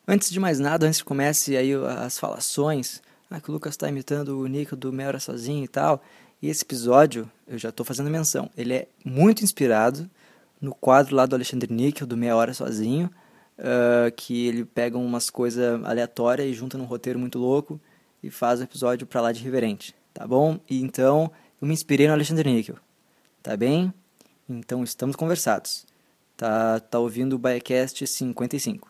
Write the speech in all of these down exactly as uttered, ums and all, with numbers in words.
Antes de mais nada, antes que comece aí as falações, ah, que o Lucas está imitando o Nico do Meia Hora Sozinho e tal, e esse episódio, eu já estou fazendo menção, ele é muito inspirado no quadro lá do Alexandre Níquel, do Meia Hora Sozinho, ah, que ele pega umas coisas aleatórias e junta num roteiro muito louco e faz o episódio pra lá de irreverente, tá bom? E então, eu me inspirei no Alexandre Níquel, tá bem? Então, estamos conversados. Tá, tá ouvindo o Biacast cinquenta e cinco.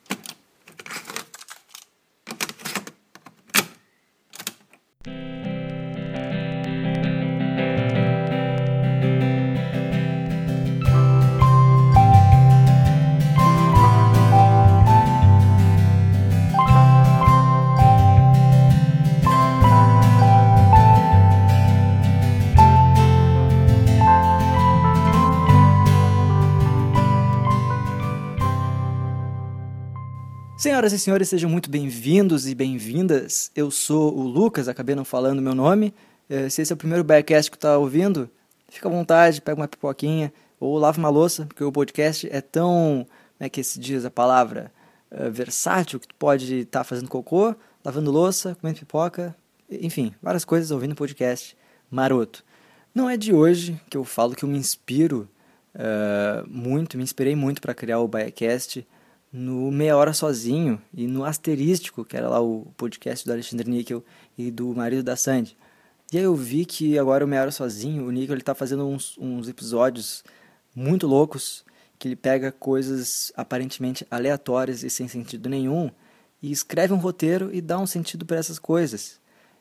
Senhoras e senhores, sejam muito bem-vindos e bem-vindas. Eu sou o Lucas, acabei não falando meu nome. Se esse é o primeiro Biacast que está ouvindo, fica à vontade, pega uma pipoquinha ou lava uma louça, porque o podcast é tão, como é que se diz a palavra, uh, versátil, que tu pode estar tá fazendo cocô, lavando louça, comendo pipoca, enfim, várias coisas ouvindo podcast maroto. Não é de hoje que eu falo que eu me inspiro uh, muito, me inspirei muito para criar o Biacast, no Meia Hora Sozinho e no Asterístico, que era lá o podcast do Alexandre Níquel e do marido da Sandy. E aí eu vi que agora o Meia Hora Sozinho, o Níquel, ele tá fazendo uns, uns episódios muito loucos, que ele pega coisas aparentemente aleatórias e sem sentido nenhum e escreve um roteiro e dá um sentido para essas coisas.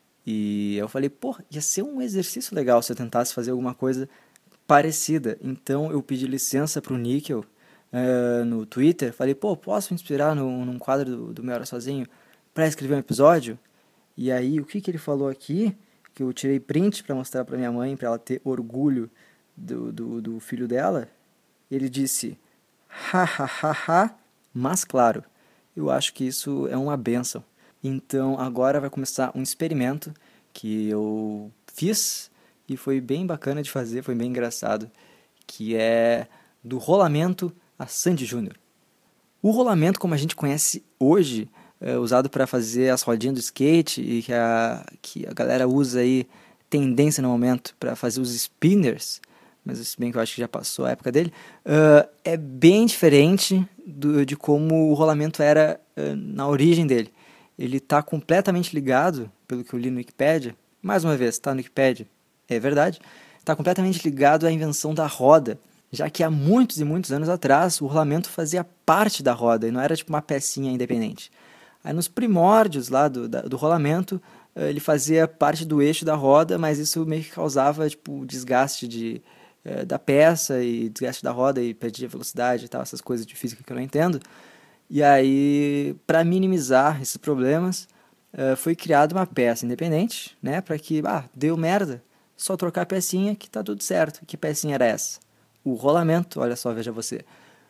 E eu falei, pô, ia ser um exercício legal se eu tentasse fazer alguma coisa parecida. Então eu pedi licença pro Níquel, Uh, no Twitter, falei, pô, posso me inspirar no, num quadro do, do Meia Hora Sozinho para escrever um episódio? E aí, o que, que ele falou aqui, que eu tirei print para mostrar para minha mãe, para ela ter orgulho do, do, do filho dela, ele disse, ha, ha, ha, ha, mas claro, eu acho que isso é uma bênção. Então, agora vai começar um experimento que eu fiz e foi bem bacana de fazer, foi bem engraçado, que é do rolamento a Sandy Júnior. O rolamento, como a gente conhece hoje, é usado para fazer as rodinhas do skate e que a, que a galera usa aí, tendência no momento, para fazer os spinners, mas se bem que eu acho que já passou a época dele, uh, é bem diferente do, de como o rolamento era uh, na origem dele. Ele está completamente ligado, pelo que eu li no Wikipedia, mais uma vez, está no Wikipedia, é verdade, está completamente ligado à invenção da roda, já que há muitos e muitos anos atrás o rolamento fazia parte da roda e não era tipo uma pecinha independente. Aí nos primórdios lá do, da, do rolamento, ele fazia parte do eixo da roda, mas isso meio que causava tipo desgaste de, eh, da peça e desgaste da roda e perdia velocidade e tal, essas coisas de física que eu não entendo. E aí, para minimizar esses problemas, eh, foi criada uma peça independente, né, para que, ah, deu merda, só trocar a pecinha que tá tudo certo. Que pecinha era essa? O rolamento, olha só, veja você.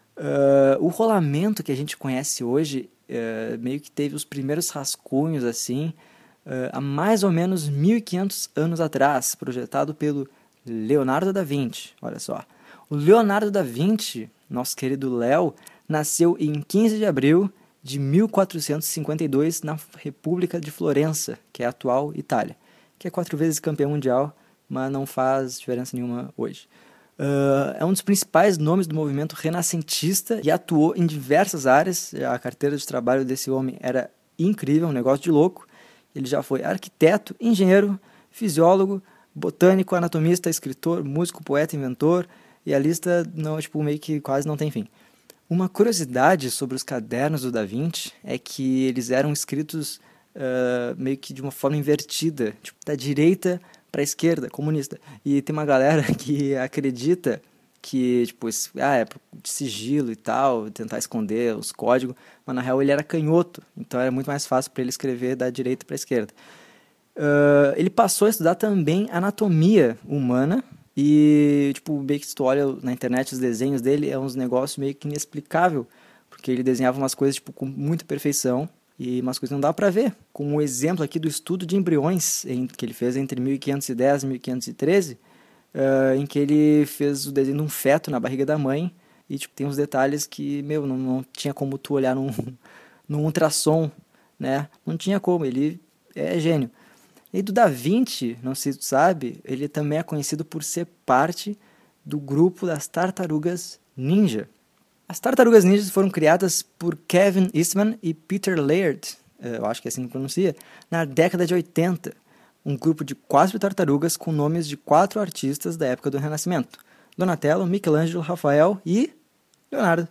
Uh, o rolamento que a gente conhece hoje uh, meio que teve os primeiros rascunhos assim uh, há mais ou menos mil e quinhentos anos atrás, projetado pelo Leonardo da Vinci. Olha só. O Leonardo da Vinci, nosso querido Léo, nasceu em quinze de abril de mil quatrocentos e cinquenta e dois na República de Florença, que é a atual Itália, que é quatro vezes campeão mundial, mas não faz diferença nenhuma hoje. Uh, é um dos principais nomes do movimento renascentista e atuou em diversas áreas. A carteira de trabalho desse homem era incrível, um negócio de louco. Ele já foi arquiteto, engenheiro, fisiólogo, botânico, anatomista, escritor, músico, poeta, inventor, e a lista não, tipo, meio que quase não tem fim. Uma curiosidade sobre os cadernos do Da Vinci é que eles eram escritos uh, meio que de uma forma invertida, tipo, da direita para a esquerda, comunista. E tem uma galera que acredita que, tipo, esse, ah, é de sigilo e tal, tentar esconder os códigos, mas na real ele era canhoto, então era muito mais fácil para ele escrever da direita para a esquerda. Uh, ele passou a estudar também anatomia humana e, tipo, meio que se tu olha na internet os desenhos dele, é uns negócios meio que inexplicável, porque ele desenhava umas coisas, tipo, com muita perfeição, e umas coisas que não dá para ver, como o exemplo aqui do estudo de embriões em, que ele fez entre mil quinhentos e dez e mil quinhentos e treze, uh, em que ele fez o desenho de um feto na barriga da mãe, e tipo, tem uns detalhes que, meu, não, não tinha como tu olhar num, no ultrassom, né? Não tinha como, ele é gênio. E do Da Vinci, não sei se tu sabe, ele também é conhecido por ser parte do grupo das Tartarugas Ninja. As Tartarugas Ninja foram criadas por Kevin Eastman e Peter Laird, eu acho que é assim que pronuncia, na década de oitenta. Um grupo de quatro tartarugas com nomes de quatro artistas da época do Renascimento. Donatello, Michelangelo, Rafael e Leonardo.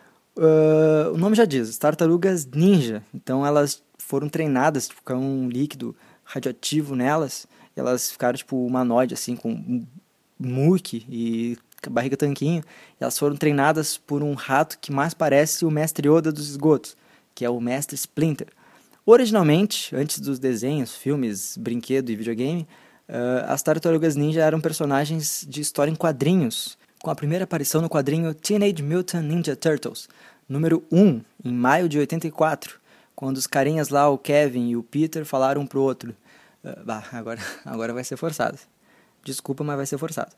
Uh, o nome já diz, Tartarugas Ninja. Então elas foram treinadas, tipo, com um líquido radioativo nelas. E elas ficaram tipo humanoide, assim, com muque e barriga tanquinho. E elas foram treinadas por um rato que mais parece o Mestre Yoda dos esgotos, que é o Mestre Splinter. Originalmente, antes dos desenhos, filmes, brinquedo e videogame, uh, as Tartarugas Ninja eram personagens de história em quadrinhos, com a primeira aparição no quadrinho Teenage Mutant Ninja Turtles, número um, em maio de oitenta e quatro, quando os carinhas lá, o Kevin e o Peter, falaram um pro outro. Uh, bah, agora, agora vai ser forçado. Desculpa, mas vai ser forçado.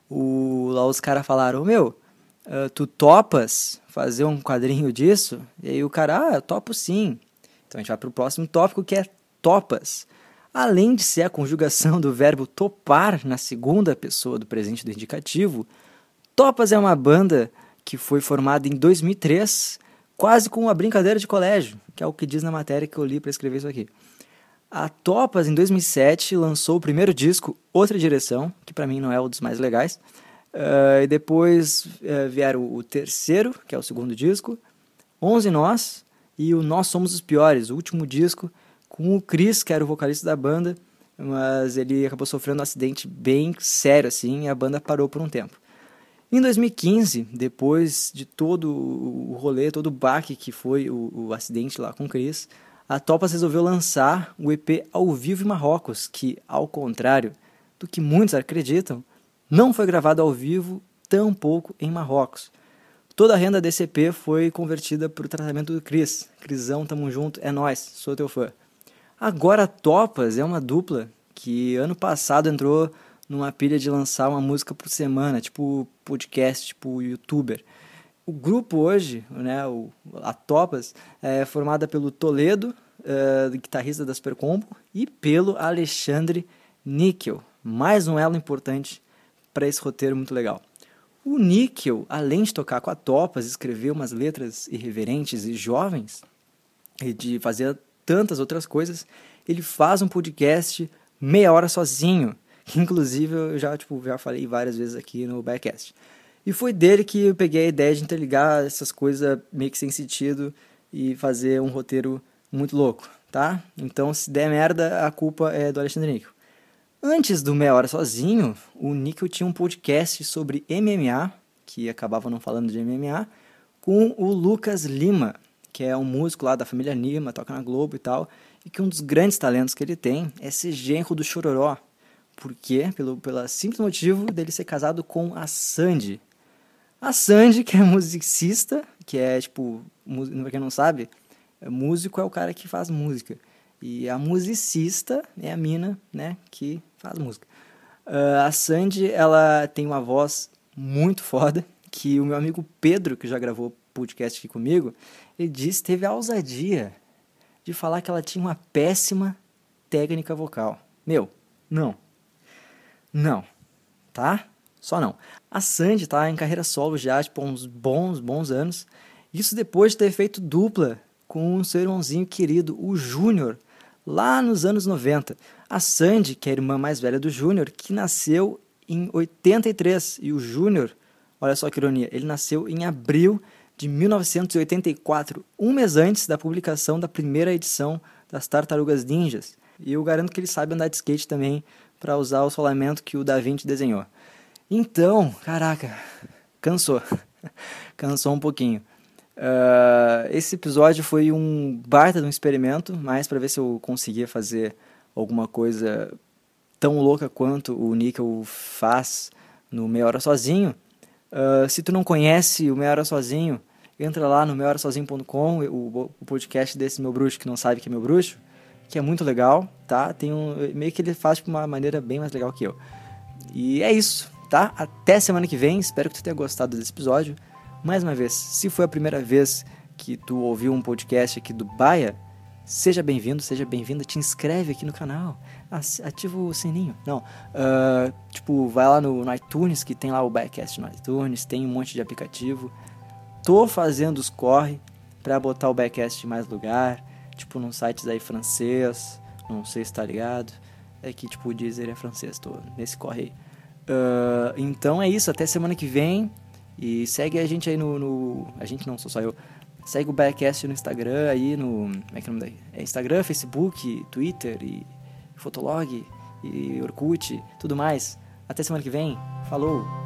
O, lá os caras falaram, meu, uh, tu topas fazer um quadrinho disso? E aí o cara, ah, eu topo sim. Então a gente vai para o próximo tópico, que é topas. Além de ser a conjugação do verbo topar na segunda pessoa do presente do indicativo, Topas é uma banda que foi formada em dois mil e três, quase com uma brincadeira de colégio, que é o que diz na matéria que eu li para escrever isso aqui. A Topas, em dois mil e sete, lançou o primeiro disco, Outra Direção, que para mim não é um dos mais legais. Uh, e depois uh, vieram o terceiro, que é o segundo disco, Onze Nós, e o Nós Somos os Piores, o último disco, com o Chris, que era o vocalista da banda, mas ele acabou sofrendo um acidente bem sério, assim, e a banda parou por um tempo. Em dois mil e quinze, depois de todo o rolê, todo o baque que foi o, o acidente lá com o Chris, a Topas resolveu lançar o E P Ao Vivo em Marrocos, que, ao contrário do que muitos acreditam, não foi gravado ao vivo, tampouco em Marrocos. Toda a renda desse E P foi convertida para o tratamento do Cris. Crisão, tamo junto, é nóis, sou teu fã. Agora a Topas é uma dupla que ano passado entrou numa pilha de lançar uma música por semana, tipo podcast, tipo youtuber. O grupo hoje, né, o, a Topas, é formada pelo Toledo, é, guitarrista da Super Combo, e pelo Alexandre Níquel. Mais um elo importante para esse roteiro muito legal. O Níquel, além de tocar com a Topas, escrever umas letras irreverentes e jovens, e de fazer tantas outras coisas, ele faz um podcast meia hora sozinho, que inclusive eu já, tipo, já falei várias vezes aqui no Backcast. E foi dele que eu peguei a ideia de interligar essas coisas meio que sem sentido e fazer um roteiro muito louco, tá? Então, se der merda, a culpa é do Alexandre Níquel. Antes do Meia Hora Sozinho, o Níquel tinha um podcast sobre M M A, que acabava não falando de M M A, com o Lucas Lima, que é um músico lá da família Lima, toca na Globo e tal, e que um dos grandes talentos que ele tem é ser genro do Chororó. Por quê? Pelo, pelo simples motivo dele ser casado com a Sandy. A Sandy, que é musicista, que é, tipo, pra quem não sabe, músico é o cara que faz música. E a musicista é a mina, né, que faz música. Uh, a Sandy, ela tem uma voz muito foda, que o meu amigo Pedro, que já gravou podcast aqui comigo, ele disse que teve a ousadia de falar que ela tinha uma péssima técnica vocal. Meu, não. Não. Tá? Só não. A Sandy tá em carreira solo já, tipo, há uns bons, bons anos. Isso depois de ter feito dupla com o seu irmãozinho querido, o Júnior, lá nos anos noventa. A Sandy, que é a irmã mais velha do Júnior, que nasceu em oitenta e três. E o Júnior, olha só que ironia, ele nasceu em abril de mil novecentos e oitenta e quatro, um mês antes da publicação da primeira edição das Tartarugas Ninjas. E eu garanto que ele sabe andar de skate também para usar o solamento que o Da Vinci desenhou. Então, caraca, cansou. Cansou um pouquinho. Uh, esse episódio foi um baita de um experimento, mas para ver se eu conseguia fazer alguma coisa tão louca quanto o Níquel faz no Meia Hora Sozinho. Uh, se tu não conhece o Meia Hora Sozinho, entra lá no meia hora sozinho ponto com, o, o podcast desse meu bruxo que não sabe que é meu bruxo, que é muito legal, tá? Tem um, meio que ele faz de uma maneira bem mais legal que eu. E é isso, tá? Até semana que vem, espero que tu tenha gostado desse episódio. Mais uma vez, se foi a primeira vez que tu ouviu um podcast aqui do Baia, seja bem-vindo, seja bem-vinda, te inscreve aqui no canal, ativa o sininho. Não, uh, tipo, vai lá no, no iTunes, que tem lá o Backcast no iTunes, tem um monte de aplicativo. Tô fazendo os corre pra botar o Backcast em mais lugar, tipo, num sites aí francês, não sei se tá ligado, é que, tipo, o Deezer é francês, tô nesse corre aí. Uh, então é isso, até semana que vem, e segue a gente aí no... no a gente não, sou só eu. Segue o Backcast no Instagram aí, no... Como é que é o nome daí? É Instagram, Facebook, Twitter e Fotolog e Orkut, tudo mais. Até semana que vem. Falou!